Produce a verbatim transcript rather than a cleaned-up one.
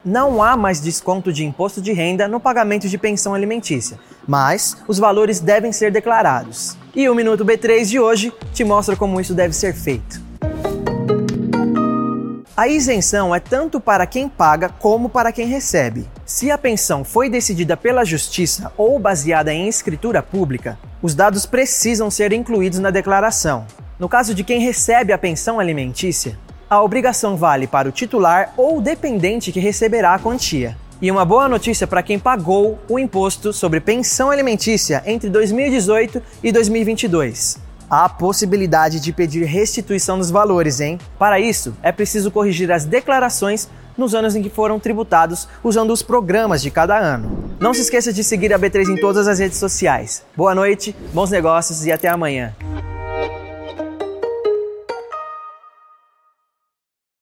não há mais desconto de imposto de renda no pagamento de pensão alimentícia, mas os valores devem ser declarados. E o Minuto B três de hoje te mostra como isso deve ser feito. A isenção é tanto para quem paga como para quem recebe. Se a pensão foi decidida pela Justiça ou baseada em escritura pública, os dados precisam ser incluídos na declaração. No caso de quem recebe a pensão alimentícia, a obrigação vale para o titular ou dependente que receberá a quantia. E uma boa notícia para quem pagou o imposto sobre pensão alimentícia entre dois mil e dezoito e dois mil e vinte e dois. Há a possibilidade de pedir restituição dos valores, hein? Para isso, é preciso corrigir as declarações nos anos em que foram tributados usando os programas de cada ano. Não se esqueça de seguir a B três em todas as redes sociais. Boa noite, bons negócios e até amanhã.